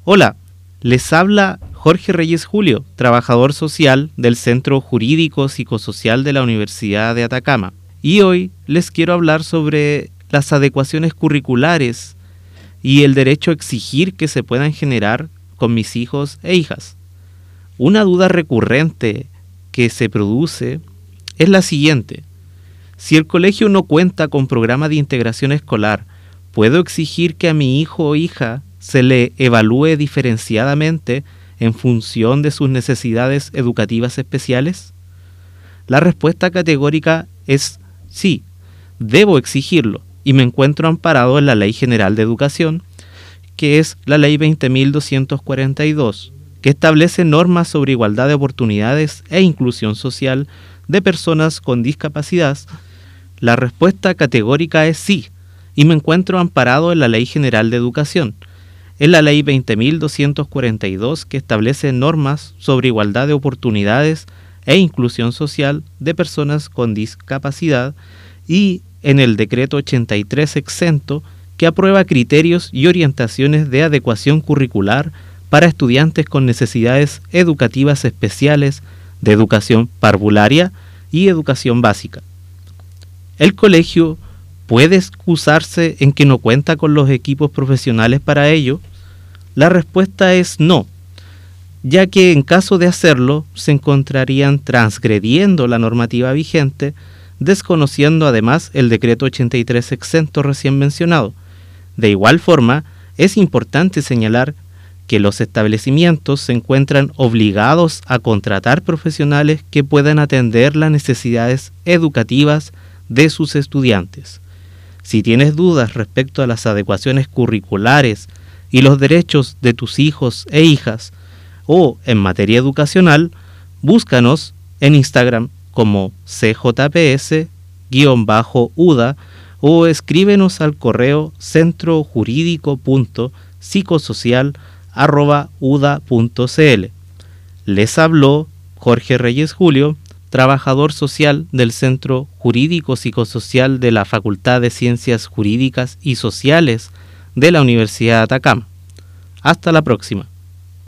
Hola, les habla Jorge Reyes Julio, trabajador social del Centro Jurídico Psicosocial de la Universidad de Atacama. Y hoy les quiero hablar sobre las adecuaciones curriculares y el derecho a exigir que se puedan generar con mis hijos e hijas. Una duda recurrente que se produce es la siguiente. Si el colegio no cuenta con programa de integración escolar, ¿puedo exigir que a mi hijo o hija se le evalúe diferenciadamente en función de sus necesidades educativas especiales? La respuesta categórica es sí, debo exigirlo y me encuentro amparado en la Ley General de Educación, que es la Ley 20.242, que establece normas sobre igualdad de oportunidades e inclusión social de personas con discapacidad. La respuesta categórica es sí, y me encuentro amparado en la Ley General de Educación. Es la Ley 20.242 que establece normas sobre igualdad de oportunidades e inclusión social de personas con discapacidad y en el Decreto 83 exento que aprueba criterios y orientaciones de adecuación curricular para estudiantes con necesidades educativas especiales de educación parvularia y educación básica. El colegio ¿puede excusarse en que no cuenta con los equipos profesionales para ello? La respuesta es no, ya que en caso de hacerlo se encontrarían transgrediendo la normativa vigente, desconociendo además el decreto 83 exento recién mencionado. De igual forma, es importante señalar que los establecimientos se encuentran obligados a contratar profesionales que puedan atender las necesidades educativas de sus estudiantes. Si tienes dudas respecto a las adecuaciones curriculares y los derechos de tus hijos e hijas, o en materia educacional, búscanos en Instagram como cjps_uda o escríbenos al correo centrojurídico.psicosocial@uda.cl. Les habló Jorge Reyes Julio, trabajador social del Centro Jurídico Psicosocial de la Facultad de Ciencias Jurídicas y Sociales de la Universidad de Atacama. Hasta la próxima.